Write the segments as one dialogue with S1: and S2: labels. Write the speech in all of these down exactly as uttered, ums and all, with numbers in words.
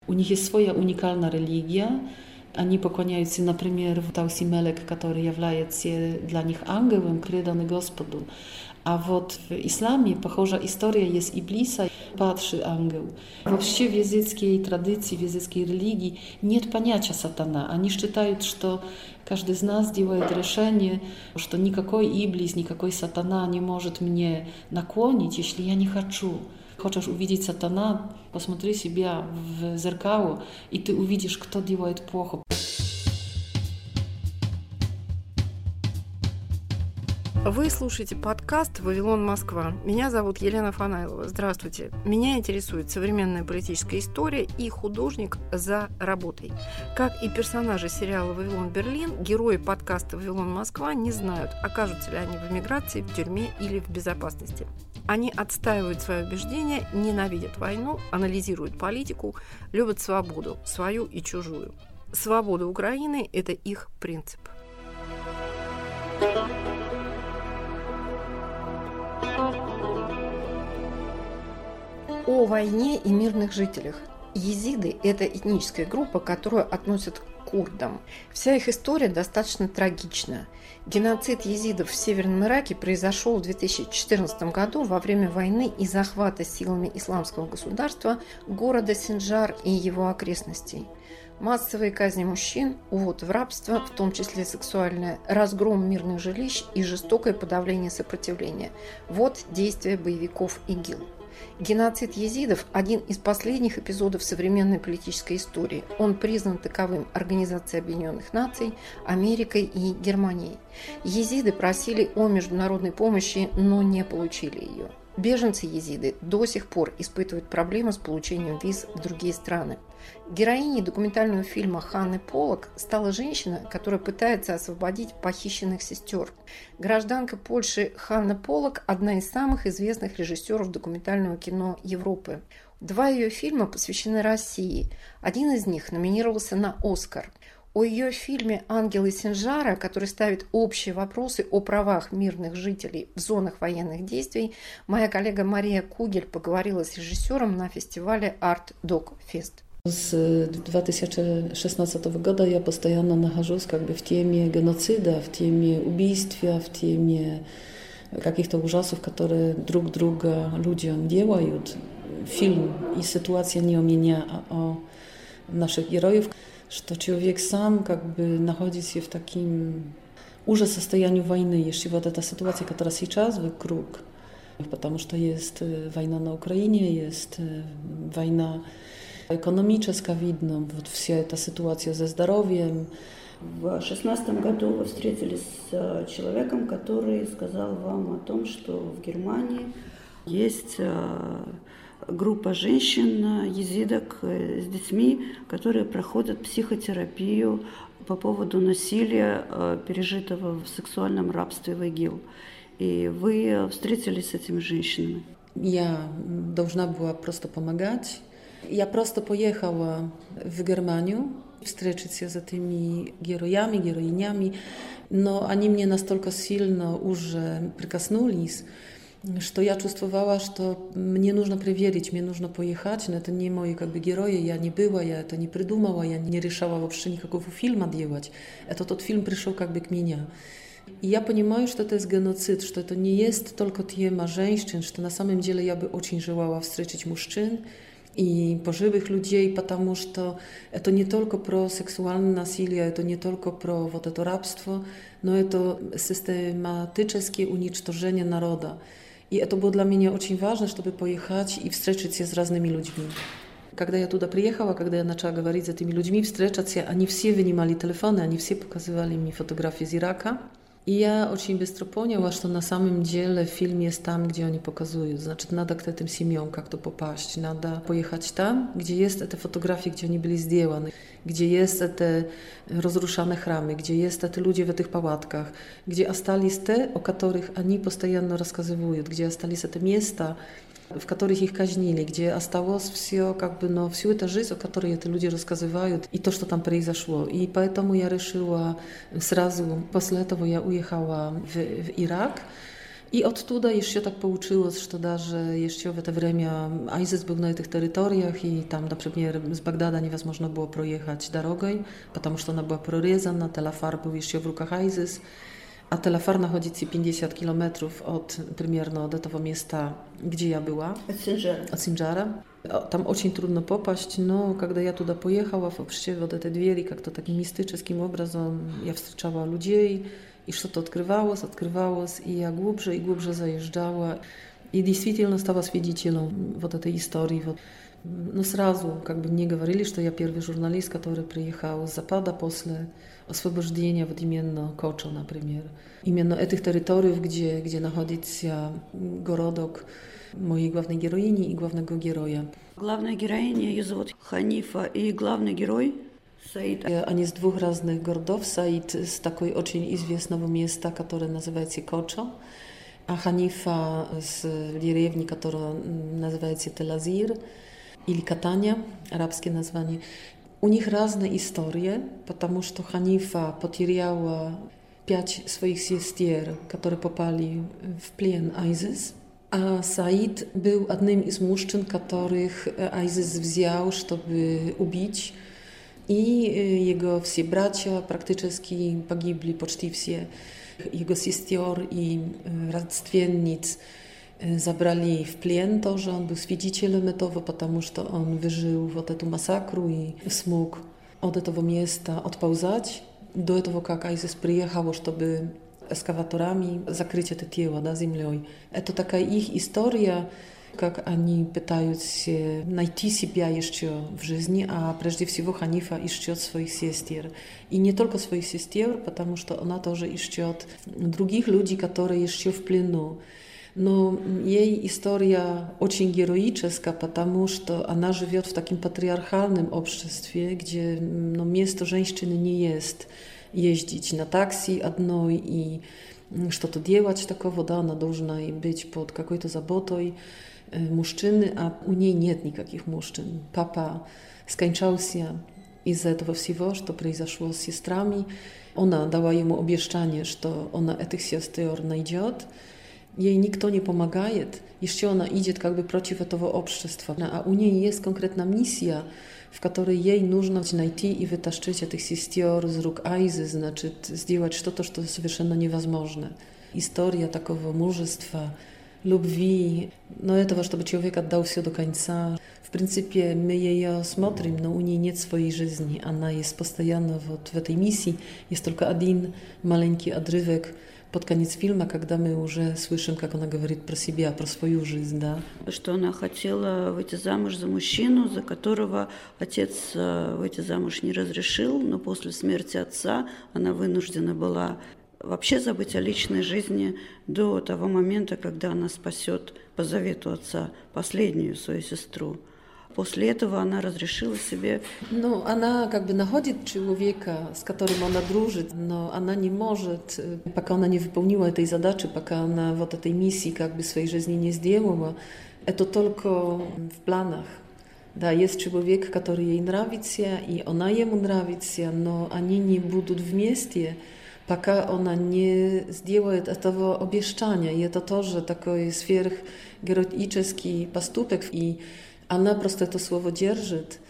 S1: У них есть своя уникальная религия. Они поклоняются, например, в Тауси Мелек, который является для них ангелом, преданный Господу. А вот в исламе похожая история есть Иблиса, падший ангел. Вообще в языческой традиции, в языческой религии нет понятия сатана. Они считают, что каждый из нас делает решение, что никакой Иблис, никакой сатана не может мне наклонить, если я не хочу. Хочешь увидеть сатана, посмотри себя в зеркало, и ты увидишь, кто делает плохо.
S2: Вы слушаете подкаст «Вавилон, Москва». Меня зовут Елена Фанайлова. Здравствуйте. Меня интересует современная политическая история и художник за работой. Как и персонажи сериала «Вавилон, Берлин», герои подкаста «Вавилон, Москва» не знают, окажутся ли они в эмиграции, в тюрьме или в безопасности. Они отстаивают свои убеждения, ненавидят войну, анализируют политику, любят свободу, свою и чужую. Свобода Украины – это их принцип. О войне и мирных жителях. Езиды – это этническая группа, которую относят к курдам. Вся их история достаточно трагична. Геноцид езидов в Северном Ираке произошел в две тысячи четырнадцатом году во время войны и захвата силами исламского государства города Синджар и его окрестностей. Массовые казни мужчин, увод в рабство, в том числе сексуальное, разгром мирных жилищ и жестокое подавление сопротивления – вот действия боевиков ИГИЛ. Геноцид езидов – один из последних эпизодов современной политической истории. Он признан таковым Организацией Объединенных Наций, Америкой и Германией. Езиды просили о международной помощи, но не получили ее. Беженцы-езиды до сих пор испытывают проблемы с получением виз в другие страны. Героиней документального фильма Ханны Поллак стала женщина, которая пытается освободить похищенных сестер. Гражданка Польши Ханна Поллак – одна из самых известных режиссеров документального кино Европы. Два ее фильма посвящены России. Один из них номинировался на «Оскар». О ее фильме «Ангелы Синджара», который ставит общие вопросы о правах мирных жителей в зонах военных действий, моя коллега Мария Кугель поговорила с режиссером на фестивале Art Doc Fest.
S1: С две тысячи шестнадцатого года я постоянно нахожусь как бы в теме геноцида, в теме убийства, в теме каких-то ужасов, которые друг друга людям делают. Фильм и ситуация не у меня, а о наших героев, что человек сам как бы находится в таком уже состоянии войны, если вот эта ситуация, которая сейчас вокруг, потому что есть война на Украине, есть война экономическая, видно, вот вся эта ситуация со здоровьем.
S3: В шестнадцатом году вы встретились с человеком, который сказал вам о том, что в Германии есть группа женщин, езидок с детьми, которые проходят психотерапию по поводу насилия, пережитого в сексуальном рабстве в ИГИЛ. И вы встретились с этими женщинами.
S1: Я должна была просто помогать. Я просто поехала в Германию встретиться с этими героями, героинями, но они мне настолько сильно уже прикоснулись, что я чувствовала, что мне нужно проверить, мне нужно поехать, но это не мои как бы герои, я не была, я это не придумала, я не решала вообще никакого фильма делать. Это тот фильм пришел как бы к мне. И я понимаю, что это есть геноцид, что это не есть только тема женщин, что на самом деле я бы очень желала встретить мужчин и пожилых людей, потому что это не только про сексуальное насилие, это не только про вот это рабство, но это систематическое уничтожение народа. И это было для меня очень важно, чтобы поехать и встретиться с разными людьми. Когда я туда приехала, когда я начала говорить с этими людьми, встречаться, они все вынимали телефоны, они все показывали мне фотографии из Ирака. И я очень быстро поняла, что на самом деле фильм есть там, где они показывают. Значит, надо к этим семьям как-то попасть. Надо поехать там, где есть эти фотографии, где они были сделаны, где есть эти разрушенные храмы, где есть эти люди в этих палатках, где остались те, о которых они постоянно рассказывают, где остались это места, в которых их казнили, где осталось все, как бы, но всю эту жизнь, о которой эти люди рассказывают, и то, что там произошло. И поэтому я решила сразу, после этого я уехала в, в Ирак, И оттуда еще так получилось, что даже еще в это время ISIS был на этих территориях, и там, например, с Багдада невозможно было проехать дорогой, потому что она была прорезана, Телафар был еще в руках ISIS, a Telafar находится пятьдесят километров от, примерно от этого места, где я была.
S3: От Синджара.
S1: От Синджара. Там очень трудно попасть, но когда я туда поехала, вообще вот эти двери как-то таким мистическим образом я встречала людей, и что-то открывалось, открывалось, и я глубже и глубже заезжала, и действительно стала свидетелем вот этой истории. Вот. Но сразу как бы мне говорили, что я первый журналист, который приехал с Запада после освобождения вот именно Кочо, например. Именно этих территорий, где, где находится городок моей главной героини и главного героя.
S3: Главная героиня, ее зовут Ханифа, и главный герой Саид.
S1: Они с двух разных городов. Саид с такой очень известного места, которое называется Кочо, а Ханифа с деревни, которая называется Телазир или Катания, арабские названия. У них разная история, потому что Ханифа потеряла пять своих сестер, которые попали в плен ISIS. А Саид был одним из мужчин, которых ISIS взял, чтобы убить. И его все братья практически погибли, почти все. Его сестер и родственниц забрали в плен тоже. Он был свидетелем этого, потому что он выжил вот эту массакру и смог от этого места отползать до того, как ISIS приехал, чтобы эскаваторами закрыть это тело, да, землей. Это такая их история, как они пытаются найти себя еще в жизни, а прежде всего Ханифа ищет своих сестер. И не только своих сестер, потому что она тоже ищет других людей, которые еще в плену. Но ей история очень героическая, потому что она живет в таком патриархальном обществе, где ну, место женщины не есть ездить на такси одной и что-то делать такого, да, она должна быть под какой-то заботой мужчины, а у нее нет никаких мужчин. Папа скончался из-за этого всего, что произошло с сестрами. Она дала ему обещание, что она этих сестер найдет. Ей никто не помогает, еще она идет как бы против этого общества. А у нее есть конкретная миссия, в которой ей нужно найти и вытащить этих сестер из рук ISIS, значит, сделать что-то, что совершенно невозможно. История такого мужества, любви, но этого, чтобы человек отдал все до конца. В принципе, мы ее смотрим, но у нее нет своей жизни. Она есть постоянно вот в этой миссии. Есть только один маленький отрывок под конец фильма, когда мы уже слышим, как она говорит про себя, про свою жизнь, да.
S3: Что она хотела выйти замуж за мужчину, за которого отец выйти замуж не разрешил, но после смерти отца она вынуждена была вообще забыть о личной жизни до того момента, когда она спасет по завету отца последнюю свою сестру. После этого она разрешила себе...
S1: Ну, она как бы находит человека, с которым она дружит, но она не может, пока она не выполнила этой задачи, пока она вот этой миссии как бы своей жизни не сделала, это только в планах. Да, есть человек, который ей нравится, и она ему нравится, но они не будут вместе, пока она не сделает этого обещания. И это тоже такой сверхгероический поступок. И она просто это слово держит,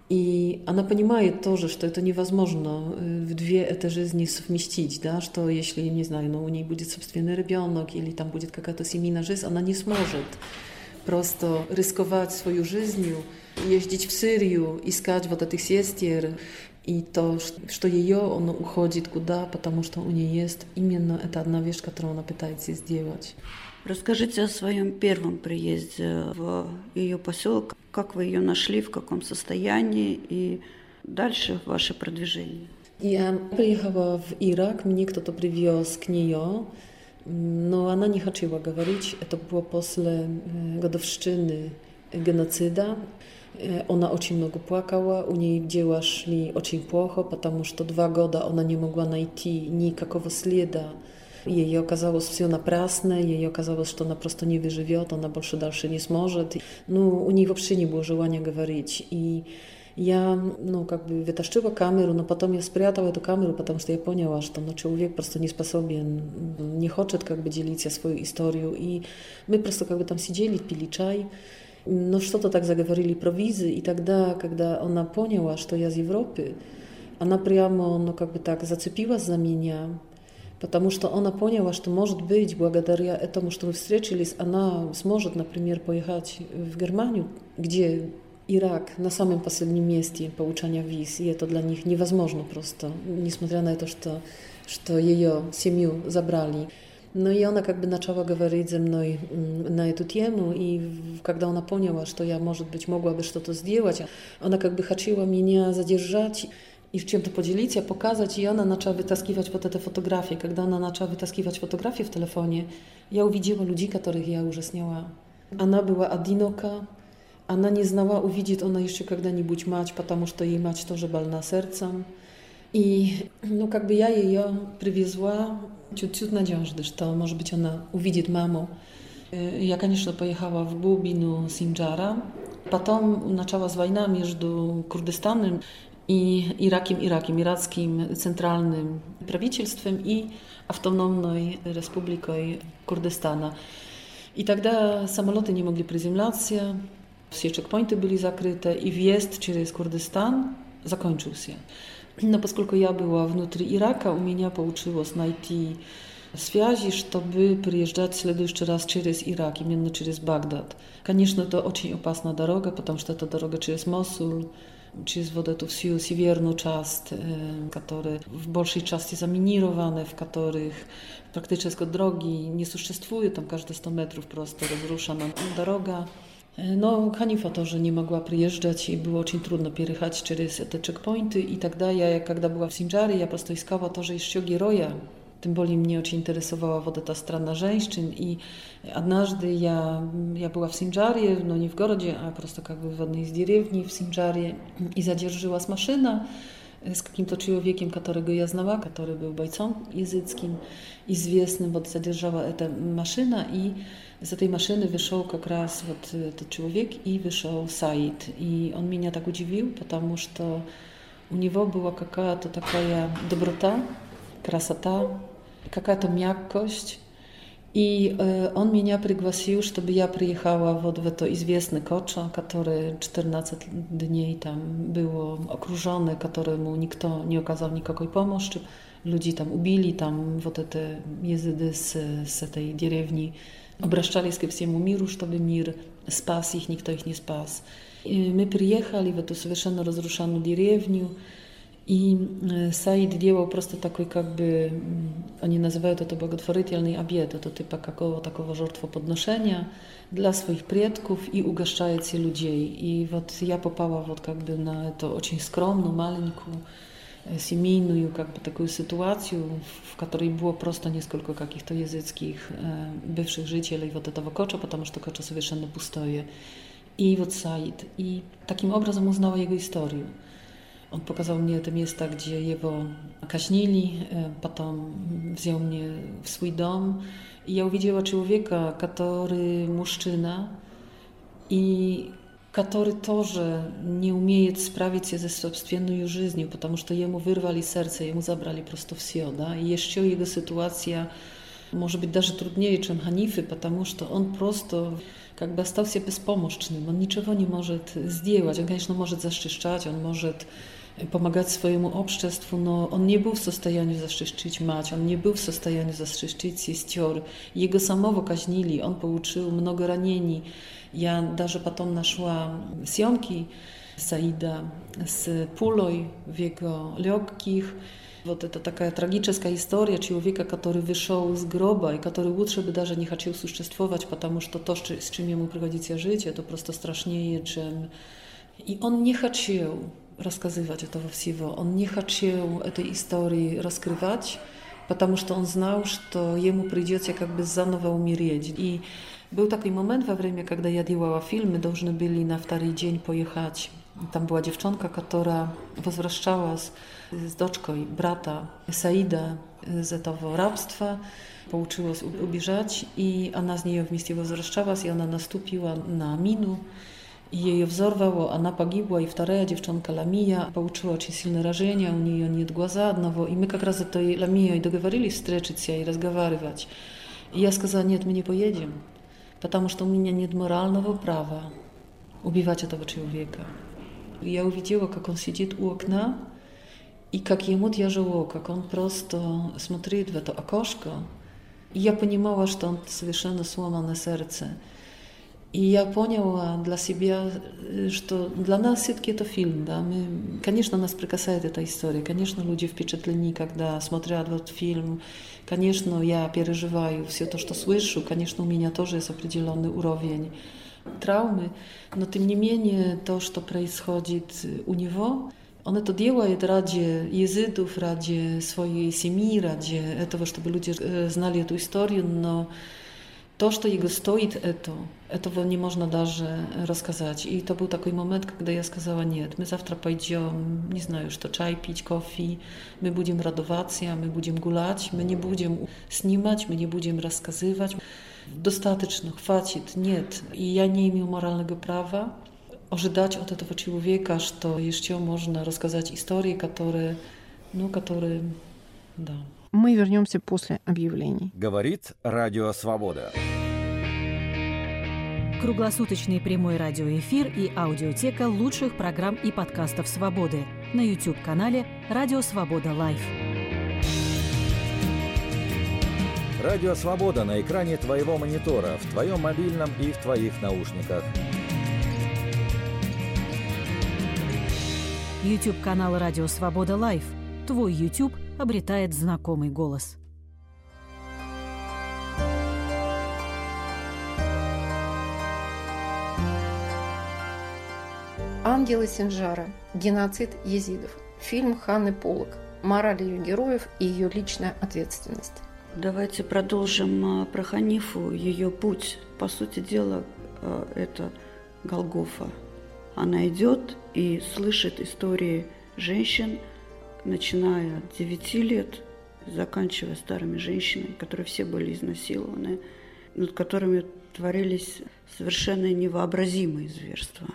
S1: и она понимает тоже, что это невозможно в две этой жизни совместить, да, что если, не знаю, ну, у нее будет собственный ребенок или там будет какая-то семейная жизнь, она не сможет просто рисковать свою жизнью, ездить в Сирию, искать вот этих сестер, и то, что ее, она уходит куда, потому что у нее есть именно эта одна вещь, которую она пытается сделать.
S3: Расскажите о своем первом приезде в ее поселок. Как вы ее нашли, в каком состоянии и дальше ваше продвижение?
S1: Я приехала в Ирак, мне кто-то привез к нее, но она не хотела говорить. Это было после годовщины геноцида. Она очень много плакала, у нее дела шли очень плохо, потому что два года она не могла найти никакого следа. Ей оказалось все напрасно, ей оказалось, что она просто не выживет, она больше дальше не сможет. Ну, у нее вообще не было желания говорить. И Я, ну, как бы вытащила камеру, но потом я спрятала эту камеру, потому что я поняла, что ну, человек просто не способен, не хочет как бы делиться свою историю. И мы просто как бы там сидели, пили чай, но что-то так заговорили про визы. И тогда, когда она поняла, что я из Европы, она прямо, ну, как бы так зацепилась за меня, потому что она поняла, что, может быть, благодаря этому, что мы встретились, она сможет, например, поехать в Германию, где Ирак на самом последнем месте получения виз, и это для них невозможно просто, несмотря на то, что, что ее семью забрали. Но и она как бы начала говорить со мной на эту тему, и когда она поняла, что я, может быть, могла бы что-то сделать, она как бы хотела меня задержать и в чем-то поделиться, показать, и она начала вытаскивать вот эти фотографии. Когда она начала вытаскивать фотографии в телефоне, я увидела людей, которых я уже сняла. Она была одинока, она не знала, увидит она еще когда-нибудь мать, потому что ей мать тоже больна сердцем. И, ну, как бы я ее привезла чуть-чуть надежды, что, может быть, она увидит маму. Я, конечно, поехала в глубину Синджара. Потом началась война между Курдистаном и Ираkiem, Ираkiem, иракским центральным правительством и автономной республикой Курдистана. И тогда самолеты не могли приземляться, все чекпоинты были закрыты, и въезд через Курдистан закончился. Но поскольку я была внутри Ирака, у меня получилось найти связи, чтобы приезжать в следующий раз через Ирак, именно через Багдад. Конечно, это очень опасная дорога, потому что это дорога через Мосул, через вот эту всю северную часть, которая в большей части заминирована, в которых практически дороги не существует, там каждые сто метров просто разрушена дорога. Но Ханифа тоже не могла приезжать, и было очень трудно переехать через эти чекпоинты. И тогда я, когда была в Синджаре, я просто искала тоже еще героя. Тем более мне очень интересовала вот эта страна женщин. И однажды я, я была в Синджаре, но не в городе, а просто как бы в одной из деревни в Синджаре. И задержалась машина с каким-то человеком, которого я знала, который был бойцом языцким, известным. Вот задержала эта машина, и из этой машины вышел как раз вот этот человек, и вышел Саид. И он меня так удивил, потому что у него была какая-то такая доброта, красота, какая-то мягкость. И э, он меня пригласил, чтобы я приехала вот в это известное Коча, которое четырнадцать дней там было окруженное, которому никто не оказал никакой помощи. Люди там убили, там вот это езды с, с этой деревни обращались ко всему миру, чтобы мир спас их, никто их не спас. И мы приехали в эту совершенно разрушенную деревню, и Саид делал просто такой, как бы, они называют это благотворительный обед, это типа какого такого жертвоподношения для своих предков, и угощается людей. И вот я попала вот как бы на эту очень скромную, маленькую, семейную как бы такую ситуацию, в которой было просто несколько каких-то языцких э, бывших жителей вот этого Коча, потому что Коча совершенно пустое. И вот Саид. И таким образом узнала его историю. Он показал мне это место, где его казнили, э, потом взял меня в свой дом. И я увидела человека, который мужчина, и который тоже не умеет справиться со собственной жизнью, потому что ему вырвали сердце, ему забрали просто все. Да? И еще его ситуация может быть даже труднее, чем Ханифы, потому что он просто как бы остался беспомощным, он ничего не может сделать. Он, конечно, может защищать, он может помогать своему обществу, но он не был в состоянии защитить мать, он не был в состоянии защитить сестер. Его самого казнили, он получил много ранений. Я даже потом нашла съемки Саида с пулей в его легких. Вот это такая трагическая история человека, который вышел из гроба и который лучше бы даже не хотел существовать, потому что то, с чем ему приходится жить, это просто страшнее, чем... И он не хотел рассказывать этого всего, он не хотел этой истории раскрывать, потому что он знал, что ему придется как бы заново умереть. И был такой момент во время, когда я делала фильм, мы должны были на второй день поехать. Там была девчонка, которая возвращалась с дочкой брата Саида из этого рабства, получилось убежать, и она с ней вместе возвращалась, и она наступила на мину, И ее взорвало, она погибла, и вторая девчонка Ламия получила очень сильное ранение, у нее нет глаза одного. И мы как раз с этой Ламией договорились встретиться и разговаривать. И я сказала, нет, мы не поедем, потому что у меня нет морального права убивать этого человека. И я увидела, как он сидит у окна, и как ему тяжело, как он просто смотрит в это окошко. И я понимала, что он совершенно сломано сердце. И я поняла для себя, что для нас все-таки это фильм. Да? Мы, конечно, нас прикасает эта история. Конечно, люди впечатлены, когда смотрят этот фильм. Конечно, я переживаю все то, что слышу. Конечно, у меня тоже есть определенный уровень травмы. Но, тем не менее, то, что происходит у него, он это делает ради езидов, ради своей семьи, ради этого, чтобы люди знали эту историю. Но то, что его стоит, это, этого не можно даже рассказать. И это был такой момент, когда я сказала, нет, мы завтра пойдем, не знаю, что чай пить, кофе, мы будем радоваться, мы будем гулять, мы не будем снимать, мы не будем рассказывать. Достаточно, хватит, нет. И я не имею морального права ожидать от этого человека, что еще можно рассказать истории, которые, ну, которые, да.
S2: Мы вернемся после объявлений.
S4: Говорит Радио Свобода.
S5: Круглосуточный прямой радиоэфир и аудиотека лучших программ и подкастов «Свободы» на YouTube-канале «Радио Свобода Лайв».
S4: Радио Свобода на экране твоего монитора, в твоем мобильном и в твоих наушниках.
S5: YouTube-канал «Радио Свобода Лайв». Твой YouTube обретает знакомый голос.
S2: «Ангелы Синджара. Геноцид езидов». Фильм Ханны Полок. Мораль ее героев и ее личная ответственность.
S3: Давайте продолжим про Ханифу, ее путь. По сути дела, это Голгофа. Она идет и слышит истории женщин, начиная от девяти лет, заканчивая старыми женщинами, которые все были изнасилованы, над которыми творились совершенно невообразимые зверства.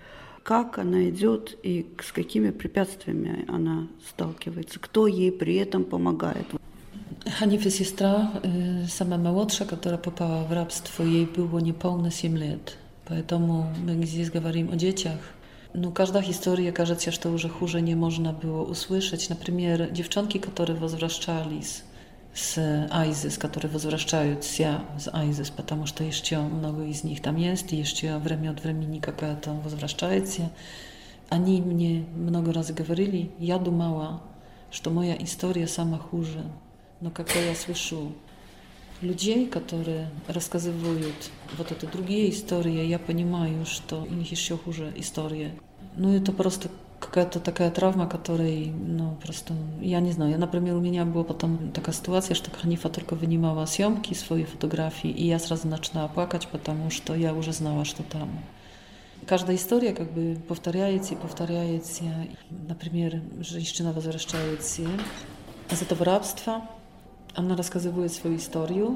S3: Как она идет и с какими препятствиями она сталкивается, кто ей при этом помогает.
S1: Ханифа сестра, самая младшая, которая попала в рабство, ей было неполно семь лет. Поэтому мы здесь говорим о детях. Но каждая история, кажется, что уже хуже не можно было услышать. Например, девчонки, которые возвращались с Айзис, которые возвращаются с Айзис, потому что еще много из них там есть, и еще время от времени какая-то возвращается. Они мне много раз говорили, я думала, что моя история самая хуже. Но когда я слышу людей, которые рассказывают вот эти другие истории, я понимаю, что у них еще хуже история. Ну, это просто какая-то такая травма, которая, ну, просто, я не знаю. Я, например, у меня была потом такая ситуация, что Ханифа только вынимала съемки, свои фотографии, и я сразу начала плакать, потому что я уже знала, что там. Каждая история как бы повторяется и повторяется. Например, женщина возвращается из этого рабства, она рассказывает свою историю,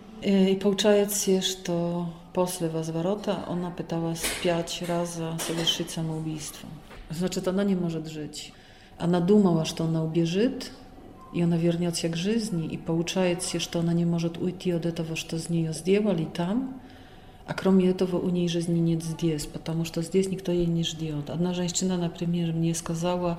S1: и получается, что после возврата она пыталась пять раз совершить самоубийство. Значит, она не может жить. Она думала, что она убежит, и она вернется к жизни, и получается, что она не может уйти от этого, что с нее сделали там, а кроме этого у нее жизни нет здесь, потому что здесь никто ей не ждет. Одна женщина, например, мне сказала,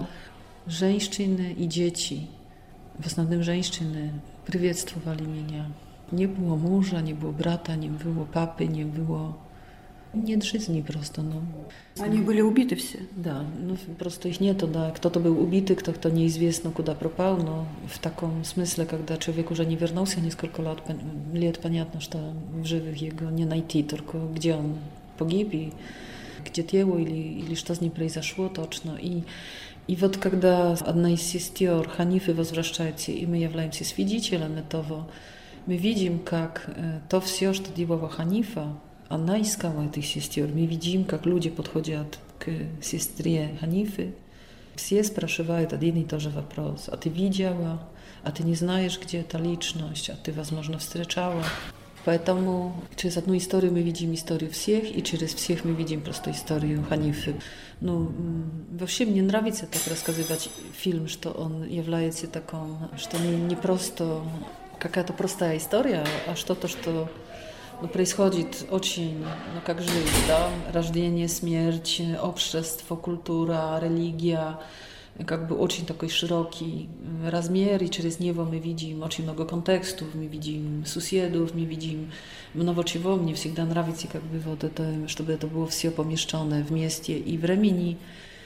S1: женщины и дети, в основном женщины, приветствовали меня. Не было мужа, не было брата, не было папы, не было... Нет жизни просто, ну...
S3: Они были убиты все?
S1: Да, ну просто их нету, да. Кто-то был убит, кто-то неизвестно куда пропал, но в таком смысле, когда человек уже не вернулся несколько лет, лет понятно, что в живых его не найти, только где он погиб, и где тело, или, или что с ним произошло точно. И И вот когда одна из сестер Ханифы возвращается, и мы являемся свидетелями того, мы видим, как то все, что делала Ханифа, она искала этих сестер. Мы видим, как люди подходят к сестре Ханифы. Все спрашивают один и тот же вопрос. А ты видела? А ты не знаешь, где эта личность? А ты, возможно, встречала? Поэтому через одну историю мы видим историю всех, и через всех мы видим просто историю Ханифы. Ну, вообще мне нравится так рассказывать фильм, что он является таким, что не, не просто какая-то простая история, а что-то, что ну, происходит очень, ну, как жизнь, да, рождение, смерть, общество, культура, религия, как бы очень такой широкий размер, и через него мы видим очень много контекстов, мы видим соседов, мы видим много чего. Мне всегда нравится, как бы вот это, чтобы это было все помещено вместе и времени,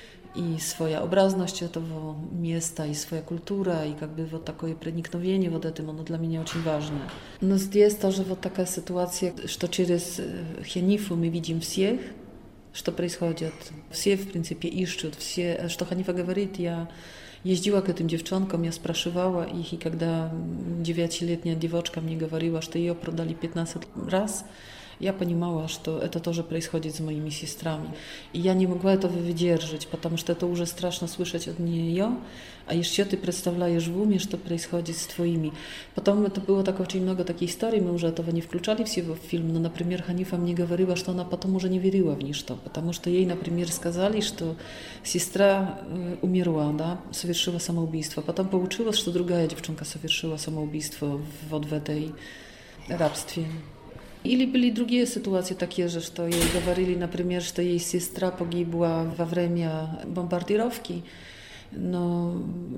S1: и своя образность этого места, и своя культура, и как бы вот такое проникновение вот этим, оно для меня очень важно. Но здесь тоже вот такая ситуация, что через Ханифу мы видим всех, что происходит. Все, в принципе, ищут, все, что Ханифа говорит, я ездила к этим девчонкам, я спрашивала их, и когда девятилетняя девочка мне говорила, что ее продали пятнадцать раз, я понимала, что это тоже происходит с моими сестрами. И я не могла этого выдержать, потому что это уже страшно слышать от нее, а еще ты представляешь в уме, что происходит с твоими. Потом это было так очень много таких историй, мы уже этого не включали всего в фильм, но, например, Ханифа мне говорила, что она потом уже не верила в ничто, потому что ей, например, сказали, что сестра умерла, да, совершила самоубийство. Потом получилось, что другая девчонка совершила самоубийство вот в этой рабстве. Или были другие ситуации такие же, что ей говорили, например, что ей сестра погибла во время бомбардировки, но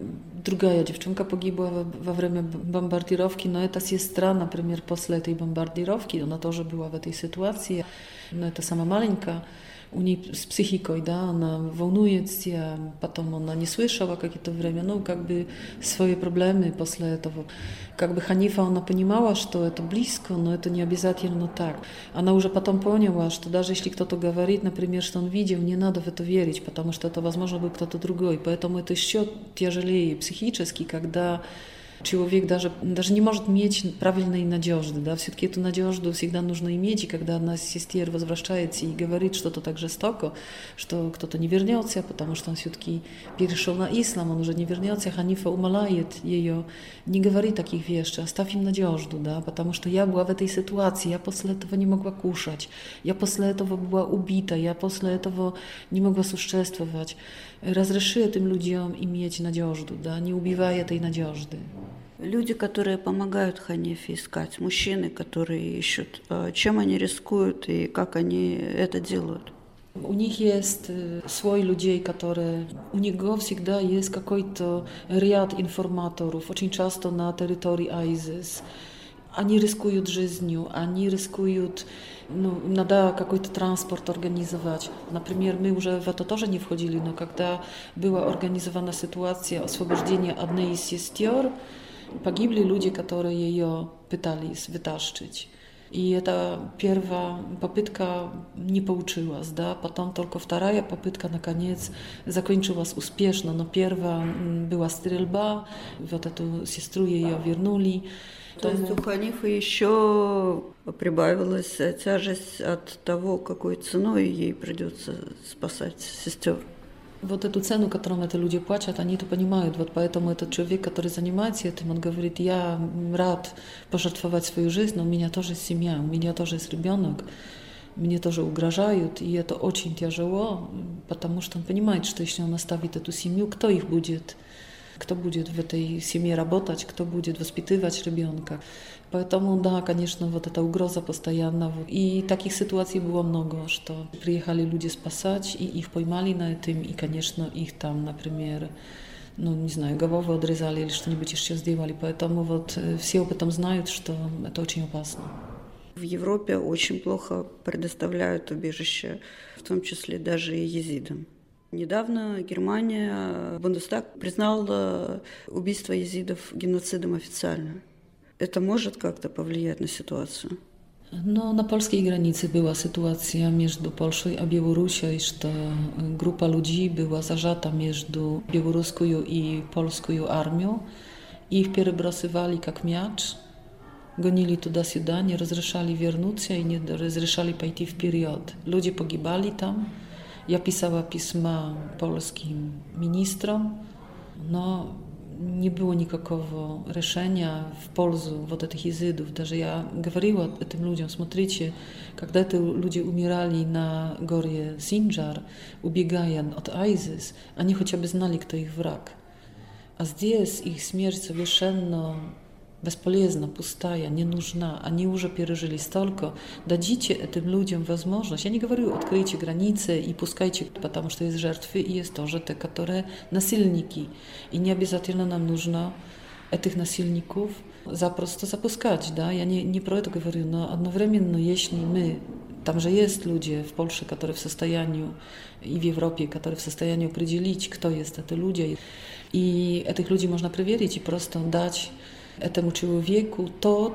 S1: другая девчонка погибла во время бомбардировки, но эта сестра, например, после этой бомбардировки, она тоже была в этой ситуации, но это сама маленькая, у нее с психикой, да, она волнуется, потом она не слышала какое-то время, ну, как бы свои проблемы после этого. Как бы Ханифа, она понимала, что это близко, но это не обязательно так. Она уже потом поняла, что даже если кто-то говорит, например, что он видел, не надо в это верить, потому что это, возможно, был кто-то другой. Поэтому это еще тяжелее психически, когда человек даже, даже не может иметь правильной надежды. Да? Все-таки эту надежду всегда нужно иметь, и когда одна из сестер возвращается и говорит что-то так жестоко, что кто-то не вернется, потому что он все-таки перешел на ислам, он уже не вернется, Ханифа умоляет ее, не говори таких вещей, оставь им надежду, да? Потому что я была в этой ситуации, я после этого не могла кушать, я после этого была убита, я после этого не могла существовать. Разреши этим людям иметь надежду, да? Не убивай этой надежды.
S3: Люди, которые помогают Ханифе искать, мужчины, которые ищут, чем они рискуют и как они это делают?
S1: У них есть свой людей, которые... У них всегда есть какой-то ряд информаторов, очень часто на территории айзис. Они рискуют жизнью, они рискуют... Ну, надо какой-то транспорт организовать. Например, мы уже в это тоже не входили, но когда была организована ситуация освобождения одной из сестер, погибли люди, которые ее пытались вытащить. И эта первая попытка не получилась, да, потом только вторая попытка, наконец, закончилась успешно, но первая была стрельба, вот эту сестру ее вернули.
S3: То есть у Ханифы еще прибавилась тяжесть от того, какой ценой ей придется спасать сестер.
S1: Вот эту цену, которую эти люди платят, они это понимают. Вот поэтому этот человек, который занимается этим, он говорит, я рад пожертвовать свою жизнь, но у меня тоже семья, у меня тоже есть ребенок, мне тоже угрожают, и это очень тяжело, потому что он понимает, что если он оставит эту семью, кто их будет, кто будет в этой семье работать, кто будет воспитывать ребенка. Поэтому, да, конечно, вот эта угроза постоянно. И таких ситуаций было много, что приехали люди спасать, и их поймали на этом, и, конечно, их там, например, ну, не знаю, голову отрезали или что-нибудь еще сделали. Поэтому вот все об этом знают, что это очень опасно.
S3: В Европе очень плохо предоставляют убежище, в том числе даже и езидам. Недавно Германия, Бундестаг признал убийство езидов геноцидом официально. Это может как-то повлиять на ситуацию?
S1: No, na polskiej granicy była sytuacja między Polską a Białorusią, że grupa ludzi była zażata między białoruską i polską armią. Ich перебрасывали как мяч, гонили туда-сюда, не разрешали вернуться и не разрешали пойти вперед. Люди погибали там. Я писала письма polskim ministrom, но не было никакого решения в пользу вот этих езидов. Даже я говорила этим людям, смотрите, когда эти люди умирали на горе Синджар, убегая от ISIS, они хотя бы знали, кто их враг. А здесь их смерть совершенно бесполезна, пустая, не нужна. Они уже пережили столько. Дадите этим людям возможность. Я не говорю, откройте границы и пускайте, потому что есть жертвы и есть тоже те, которые насильники. И не обязательно нам нужно этих насильников запросто запускать. Да? Я не, не про это говорю, но одновременно, если мы... Там же есть люди в Польше, которые в состоянии, и в Европе, которые в состоянии определить, кто есть эти люди. И этих людей можно проверить и просто дать этому человеку то,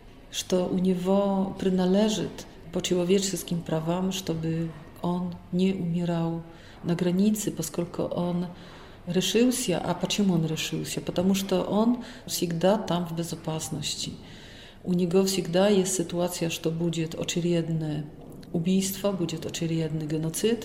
S1: что у него принадлежит по человеческим правам, чтобы он не умирал на границе, поскольку он решился. А почему он решился? Потому что он всегда там в безопасности. У него всегда есть ситуация, что будет очередное убийство, будет очередный геноцид.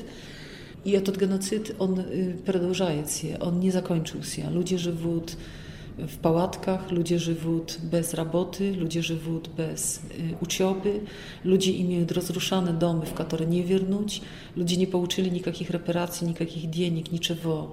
S1: И этот геноцид, он продолжается, он не закончился. Люди живут w pałatkach, ludzie żyją bez roboty, ludzie żyją bez y, ucioby, ludzie mają rozruszane domy, w które nie wrócić, ludzie nie pouczyli nikakich reparacji, nikakich денег, niczego.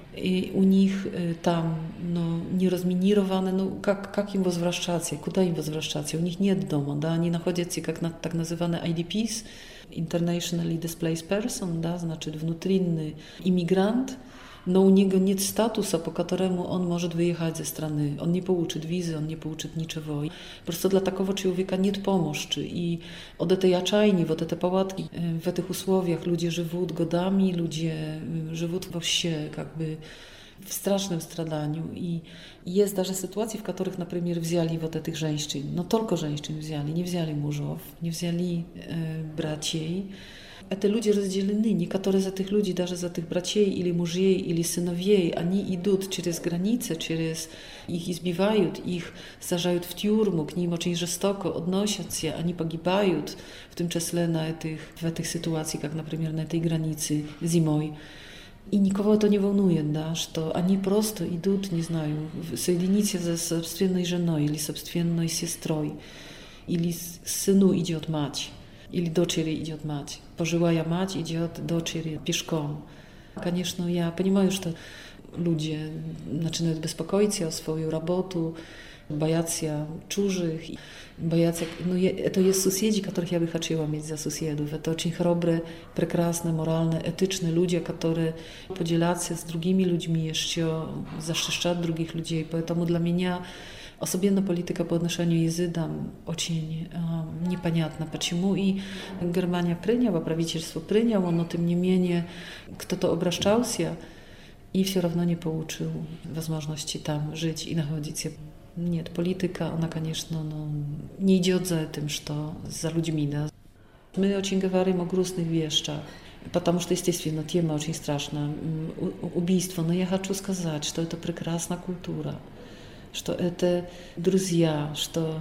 S1: I u nich y, tam no, nie rozminirowane, no jak, jak im возвращаться, kuda im возвращаться? U nich nie domu, da? Oni nachodzą się jak na, tak nazywane I D Ps, Internationally Displaced Person, da? Znaczy внутренний imigrant. Но у него нет статуса, по которому он может выехать за страны. Он не получит визы, он не получит ничего. Просто для такого человека нет помощи. И от этой отчаяния, вот этой палатки, в этих условиях люди живут годами, люди живут вообще как бы в страшном страдании. И есть даже ситуации, в которых, например, взяли вот этих женщин, но только женщин взяли, не взяли мужов, не взяли э, братьев. Это люди разделены. Некоторые из этих людей, даже из этих братьев или мужей, или сыновей, они идут через границы, через их избивают, их сажают в тюрьму, к ним очень жестоко относятся, они погибают, в том числе на этих, в этих ситуациях, как, например, на этой границе зимой. И никого это не волнует, да, что они просто идут, не знаю, соединиться с собственной женой или собственной сестрой, или сыну идет мать. Или дочери идет мать. Пожилая мать идет дочери пешком. Конечно, я понимаю, что люди начинают беспокоиться о свою работу, боятся чужих, боятся... Но я, это есть соседи, которых я бы хотела иметь за соседов. Это очень храбрые, прекрасные, моральные, этичные люди, которые поделятся с другими людьми, еще защищают других людей. Поэтому для меня особенно политика по отношению к езидам очень э, непонятна, почему. И Германия приняла, правительство приняло, но тем не менее кто-то обращался и все равно не получил возможности там жить и находиться. Нет, политика, она, конечно, ну, не идет за этим, что за людьми. Да. Мы очень говорим о грустных вещах, потому что, естественно, тема очень страшная, убийство. Но я хочу сказать, что это прекрасная культура, что это друзья, что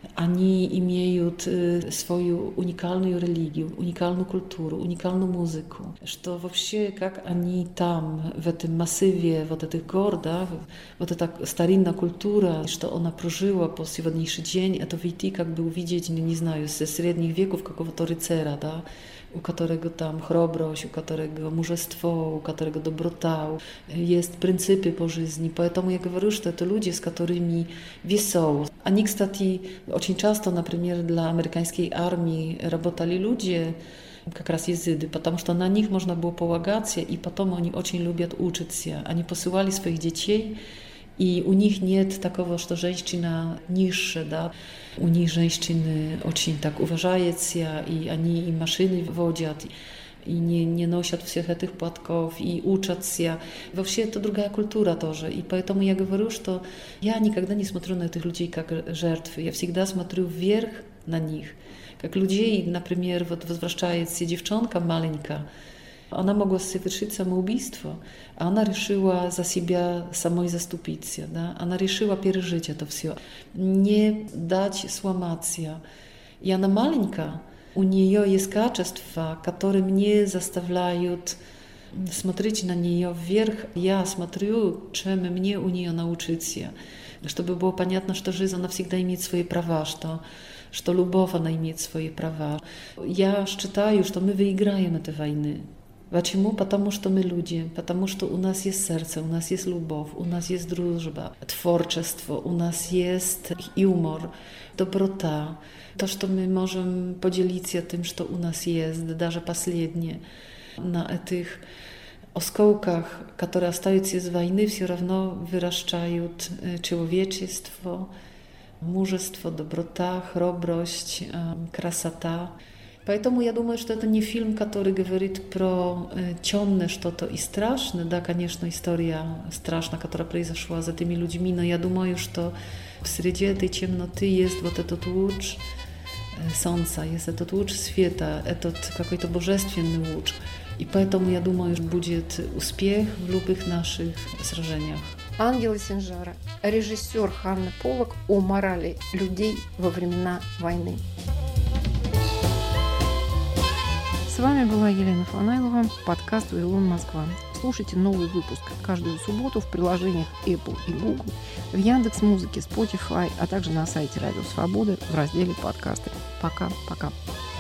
S1: они имеют свою уникальную религию, уникальную культуру, уникальную музыку, что вообще как они там, в этом массиве вот этих гор, да, вот эта старинная культура, что она прожила по сегодняшний день, это выйти как бы увидеть, не знаю, со средних веков какого-то рыцаря, да, у которого там храбрость, у которого мужество, у которого доброта, есть принципы по жизни. Поэтому я говорю, что это люди, с которыми весело. Они, кстати, очень часто, например, для американской армии работали люди, как раз езиды, потому что на них можно было полагаться, и потом они очень любят учиться. Они посылали своих детей, и у них нет такого, что женщина ниже, да. У них женщины очень так уважаются, и они и машины водят, и не, не носят всех этих платков, и учатся. Вообще это другая культура тоже. И поэтому я говорю, что я никогда не смотрю на этих людей как жертв. Я всегда смотрю вверх на них. Как людей, например, вот возвращается девчонка маленькая, она могла совершить самоубийство, а она решила за себя самой заступиться. Да? Она решила пережить это все, не дать сломаться. И она маленькая, у нее есть качества, которые мне заставляют смотреть на нее вверх. Я смотрю, чем мне у нее научиться, чтобы было понятно, что жизнь, она всегда имеет свои права, что, что любовь, она имеет свои права. Я считаю, что мы выиграем этой войны. Почему? Потому что мы люди, потому что у нас есть сердце, у нас есть любовь, у нас есть дружба, творчество, у нас есть юмор, доброта. То, что мы можем поделиться тем, что у нас есть, даже последнее. На этих осколках, которые остаются из войны, все равно вырастают человечество, мужество, доброта, храбрость, красота. Поэтому я думаю, что это не фильм, который говорит про э, темное что-то и страшное. Да, конечно, история страшная, которая произошла с этими людьми, но я думаю, что среди этой темноты есть вот этот луч э, солнца, есть этот луч света, этот какой-то божественный луч. И поэтому, я думаю, будет успех в любых наших сражениях.
S2: Ангелы Синжара, режиссер Ханна Полок о морали людей во времена войны. С вами была Елена Фанайлова, подкаст «Вавилон Москва». Слушайте новый выпуск каждую субботу в приложениях Apple и Google, в Яндекс.Музыке, Spotify, а также на сайте Радио Свободы в разделе «Подкасты». Пока-пока.